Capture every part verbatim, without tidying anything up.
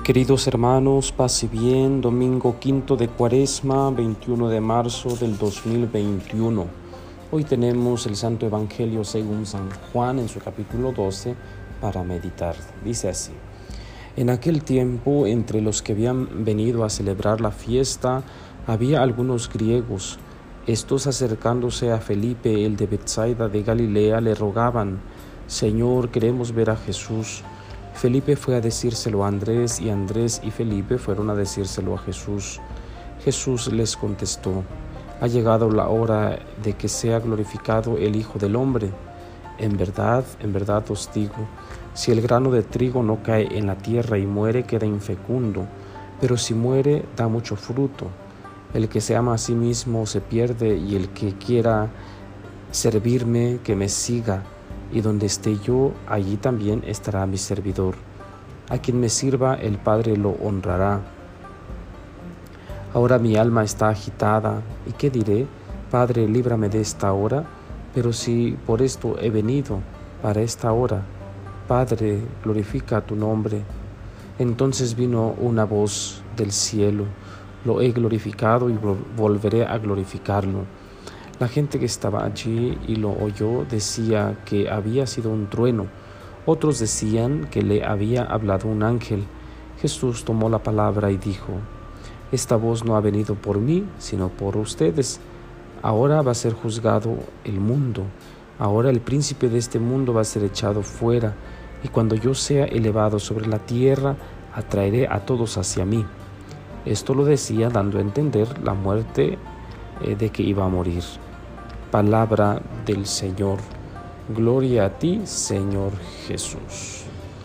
Queridos hermanos, paz y bien, domingo quinto de Cuaresma, veintiuno de marzo del dos mil veintiuno. Hoy tenemos el Santo Evangelio según San Juan en su capítulo doce para meditar. Dice así: En aquel tiempo, entre los que habían venido a celebrar la fiesta, había algunos griegos. Estos, acercándose a Felipe, el de Betsaida de Galilea, le rogaban: Señor, queremos ver a Jesús. Felipe fue a decírselo a Andrés, y Andrés y Felipe fueron a decírselo a Jesús. Jesús les contestó: Ha llegado la hora de que sea glorificado el Hijo del Hombre. En verdad, en verdad os digo, si el grano de trigo no cae en la tierra y muere, queda infecundo, pero si muere, da mucho fruto. El que se ama a sí mismo se pierde, y el que quiera servirme, que me siga. Y donde esté yo, allí también estará mi servidor. A quien me sirva, el Padre lo honrará. Ahora mi alma está agitada, ¿y qué diré? Padre, líbrame de esta hora, pero si por esto he venido, para esta hora, Padre, glorifica tu nombre. Entonces vino una voz del cielo: Lo he glorificado y volveré a glorificarlo. La gente que estaba allí y lo oyó decía que había sido un trueno. Otros decían que le había hablado un ángel. Jesús tomó la palabra y dijo: Esta voz no ha venido por mí, sino por ustedes. Ahora va a ser juzgado el mundo. Ahora el príncipe de este mundo va a ser echado fuera. Y cuando yo sea elevado sobre la tierra, atraeré a todos hacia mí. Esto lo decía dando a entender la muerte eh, de que iba a morir. Palabra del Señor. Gloria a ti, Señor Jesús.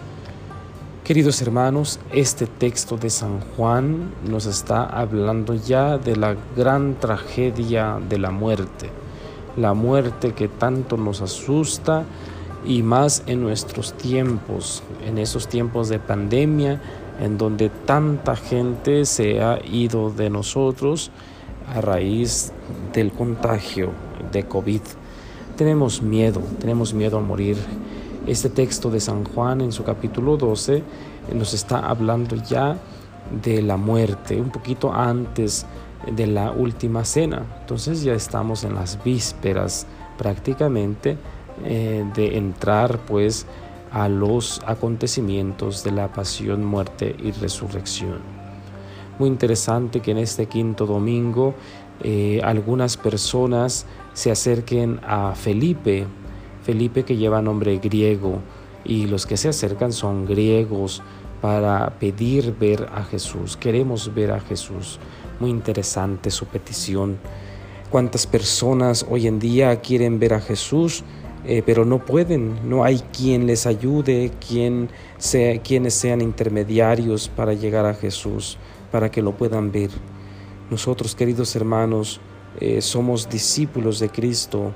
Queridos hermanos, este texto de San Juan nos está hablando ya de la gran tragedia de la muerte. La muerte que tanto nos asusta, y más en nuestros tiempos, en esos tiempos de pandemia, en donde tanta gente se ha ido de nosotros a raíz del contagio de COVID. Tenemos miedo, tenemos miedo a morir. Este texto de San Juan en su capítulo doce nos está hablando ya de la muerte, un poquito antes de la última cena. Entonces ya estamos en las vísperas prácticamente eh, de entrar pues a los acontecimientos de la pasión, muerte y resurrección. Muy interesante que en este quinto domingo eh, algunas personas se acerquen a Felipe, Felipe que lleva nombre griego, y los que se acercan son griegos para pedir ver a Jesús. Queremos ver a Jesús. Muy interesante su petición. ¿Cuántas personas hoy en día quieren ver a Jesús, eh, pero no pueden? No hay quien les ayude, quien sea, quienes sean intermediarios para llegar a Jesús, para que lo puedan ver. Nosotros, queridos hermanos, eh, somos discípulos de Cristo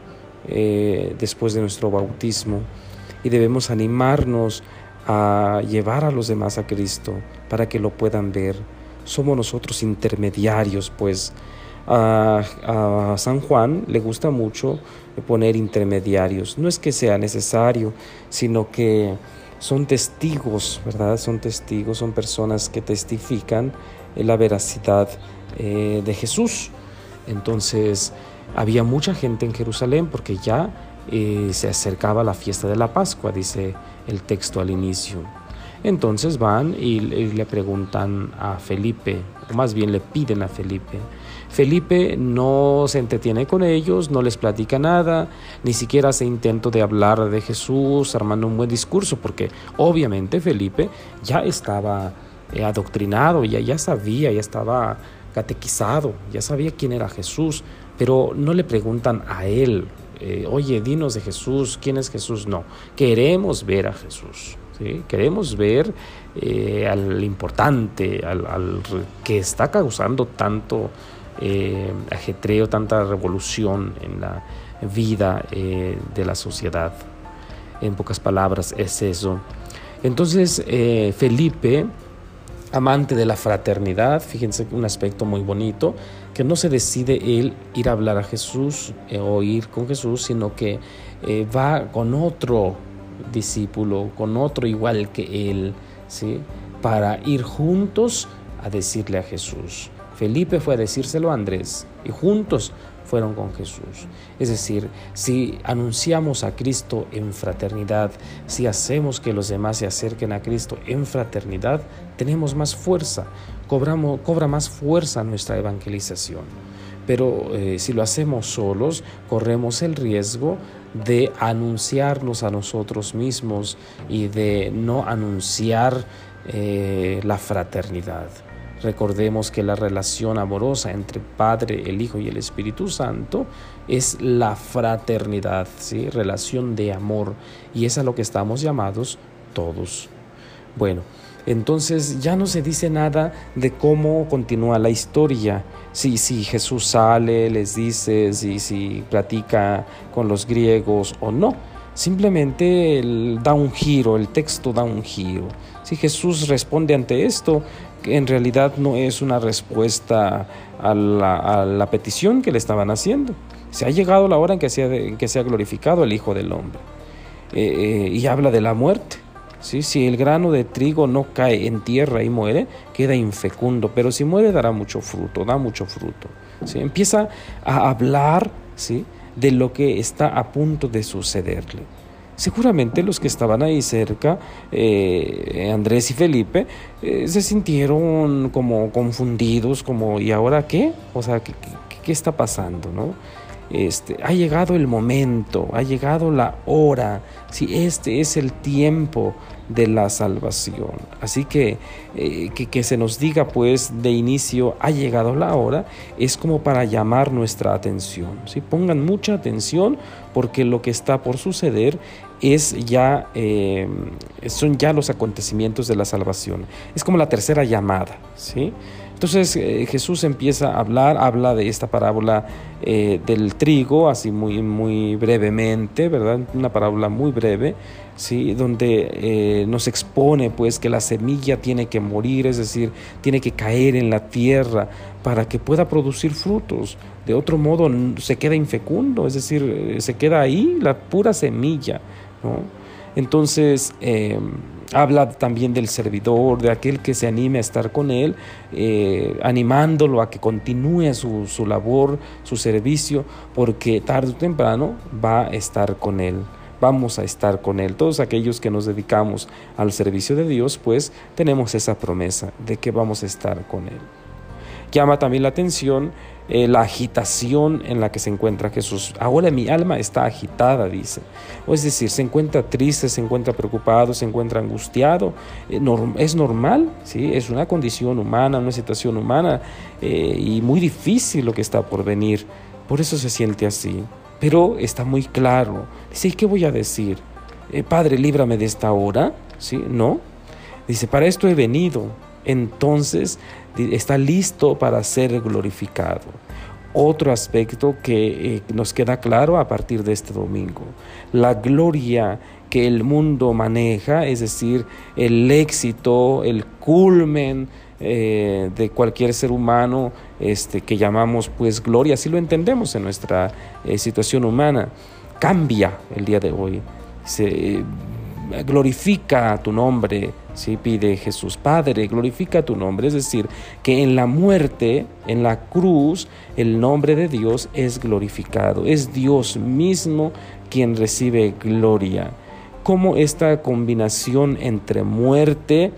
eh, después de nuestro bautismo, y debemos animarnos a llevar a los demás a Cristo para que lo puedan ver. Somos nosotros intermediarios, pues. A, a San Juan le gusta mucho poner intermediarios. No es que sea necesario, sino que son testigos, ¿verdad? Son testigos, son personas que testifican la veracidad eh, de Jesús. Entonces había mucha gente en Jerusalén porque ya eh, se acercaba la fiesta de la Pascua, dice el texto al inicio. Entonces van y, y le preguntan a Felipe, o más bien le piden a Felipe. Felipe no se entretiene con ellos, no les platica nada, ni siquiera hace intento de hablar de Jesús, armando un buen discurso, porque obviamente Felipe ya estaba eh, adoctrinado, ya, ya sabía, ya estaba catequizado, ya sabía quién era Jesús, pero no le preguntan a él, eh, oye, dinos de Jesús, ¿quién es Jesús? No, queremos ver a Jesús. ¿Sí? Queremos ver eh, al importante, al, al que está causando tanto eh, ajetreo, tanta revolución en la vida eh, de la sociedad. En pocas palabras es eso. Entonces eh, Felipe, amante de la fraternidad, fíjense un aspecto muy bonito, que no se decide él ir a hablar a Jesús eh, o ir con Jesús, sino que eh, va con otro discípulo, con otro igual que él, ¿sí? para ir juntos a decirle a Jesús. Felipe fue a decírselo a Andrés y juntos fueron con Jesús. Es decir, si anunciamos a Cristo en fraternidad, si hacemos que los demás se acerquen a Cristo en fraternidad, tenemos más fuerza, cobramos, cobra más fuerza nuestra evangelización. Pero eh, si lo hacemos solos, corremos el riesgo de anunciarnos a nosotros mismos y de no anunciar eh, la fraternidad. Recordemos que la relación amorosa entre Padre, el Hijo y el Espíritu Santo es la fraternidad, ¿sí? Relación de amor, y es a lo que estamos llamados todos. Bueno, entonces ya no se dice nada de cómo continúa la historia, si, si Jesús sale, les dice, si, si platica con los griegos o no. Simplemente él da un giro, el texto da un giro. Si Jesús responde ante esto, en realidad no es una respuesta a la, a la petición que le estaban haciendo. Se ha llegado la hora en que sea, en que sea glorificado el Hijo del Hombre. Eh, eh, y habla de la muerte. ¿Sí? Si el grano de trigo no cae en tierra y muere, queda infecundo, pero si muere dará mucho fruto, da mucho fruto. ¿Sí? Empieza a hablar, ¿sí?, de lo que está a punto de sucederle. Seguramente los que estaban ahí cerca, eh, Andrés y Felipe, eh, se sintieron como confundidos, como ¿y ahora qué? O sea, ¿qué, qué, qué está pasando, no? Este, ha llegado el momento, ha llegado la hora, si este es el tiempo de la salvación. Así que, eh, que que se nos diga pues de inicio ha llegado la hora, es como para llamar nuestra atención, ¿sí? Pongan mucha atención porque lo que está por suceder es ya, eh, son ya los acontecimientos de la salvación. Es como la tercera llamada, ¿sí? Entonces eh, Jesús empieza a hablar, habla de esta parábola eh, del trigo, así muy, muy brevemente, ¿verdad? Una parábola muy breve, ¿sí? Donde eh, nos expone pues que la semilla tiene que morir, es decir, tiene que caer en la tierra para que pueda producir frutos. De otro modo se queda infecundo, es decir, se queda ahí la pura semilla, ¿no? Entonces eh, habla también del servidor, de aquel que se anime a estar con él, eh, animándolo a que continúe su, su labor, su servicio, porque tarde o temprano va a estar con él. Vamos a estar con él. Todos aquellos que nos dedicamos al servicio de Dios, pues tenemos esa promesa de que vamos a estar con él. Llama también la atención eh, la agitación en la que se encuentra Jesús. Ahora mi alma está agitada, dice. O es decir, se encuentra triste, se encuentra preocupado, se encuentra angustiado. Eh, norm- es normal, ¿sí? Es una condición humana, una situación humana eh, y muy difícil lo que está por venir. Por eso se siente así. Pero está muy claro. Dice, ¿y qué voy a decir? Eh, Padre, líbrame de esta hora, ¿sí? ¿No? Dice, para esto he venido. Entonces está listo para ser glorificado. Otro aspecto que eh, nos queda claro a partir de este domingo: la gloria que el mundo maneja, es decir, el éxito, el culmen eh, de cualquier ser humano este, que llamamos pues gloria, así lo entendemos en nuestra eh, situación humana, cambia el día de hoy. Se eh, glorifica tu nombre, ¿sí? Pide Jesús, Padre, glorifica tu nombre. Es decir, que en la muerte, en la cruz, el nombre de Dios es glorificado. Es Dios mismo quien recibe gloria. Cómo esta combinación entre muerte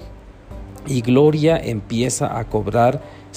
y gloria empieza a cobrar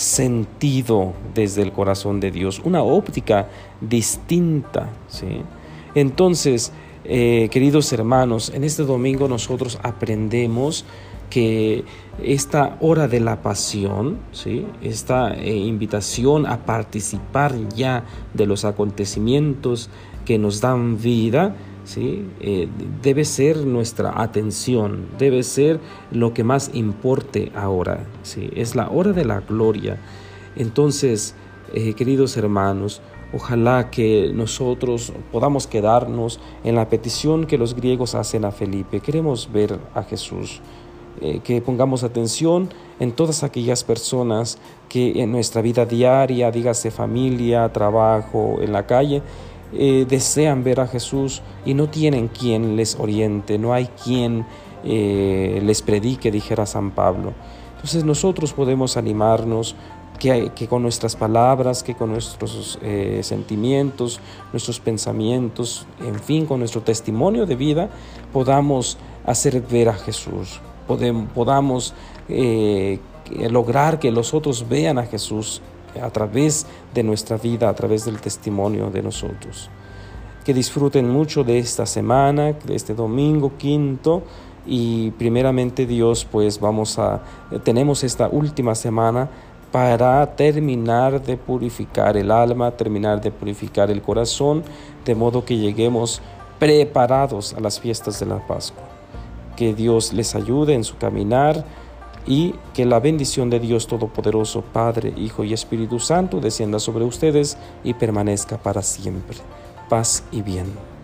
sentido desde el corazón de Dios, una óptica distinta, ¿sí? Entonces, Eh, queridos hermanos, en este domingo nosotros aprendemos que esta hora de la pasión, ¿sí?, esta eh, invitación a participar ya de los acontecimientos que nos dan vida, ¿sí?, eh, debe ser nuestra atención, debe ser lo que más importe ahora, ¿sí? Es la hora de la gloria. Entonces, eh, queridos hermanos, ojalá que nosotros podamos quedarnos en la petición que los griegos hacen a Felipe. Queremos ver a Jesús, eh, que pongamos atención en todas aquellas personas que en nuestra vida diaria, dígase familia, trabajo, en la calle, eh, desean ver a Jesús y no tienen quien les oriente, no hay quien eh, les predique, dijera San Pablo. Entonces nosotros podemos animarnos que, que con nuestras palabras, que con nuestros eh, sentimientos, nuestros pensamientos, en fin, con nuestro testimonio de vida, podamos hacer ver a Jesús, podemos, podamos eh, lograr que los otros vean a Jesús a través de nuestra vida, a través del testimonio de nosotros. Que disfruten mucho de esta semana, de este domingo quinto, y primeramente Dios, pues vamos a, tenemos esta última semana para terminar de purificar el alma, terminar de purificar el corazón, de modo que lleguemos preparados a las fiestas de la Pascua. Que Dios les ayude en su caminar y que la bendición de Dios Todopoderoso, Padre, Hijo y Espíritu Santo descienda sobre ustedes y permanezca para siempre. Paz y bien.